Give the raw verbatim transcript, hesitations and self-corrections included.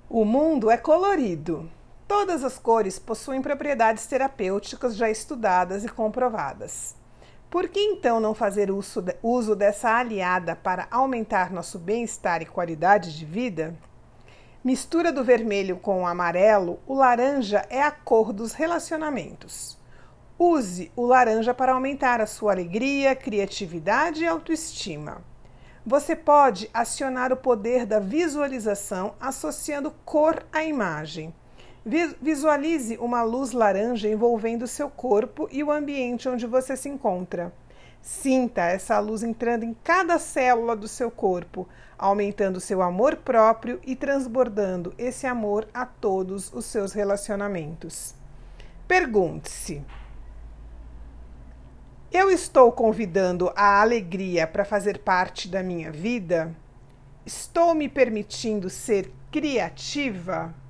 O mundo é colorido. Todas as cores possuem propriedades terapêuticas já estudadas e comprovadas. Por que então não fazer uso dessa aliada para aumentar nosso bem-estar e qualidade de vida? Mistura do vermelho com o amarelo, o laranja é a cor dos relacionamentos. Use o laranja para aumentar a sua alegria, criatividade e autoestima. Você pode acionar o poder da visualização associando cor à imagem. Visualize uma luz laranja envolvendo seu corpo e o ambiente onde você se encontra. Sinta essa luz entrando em cada célula do seu corpo, aumentando seu amor próprio e transbordando esse amor a todos os seus relacionamentos. Pergunte-se: eu estou convidando a alegria para fazer parte da minha vida? Estou me permitindo ser criativa?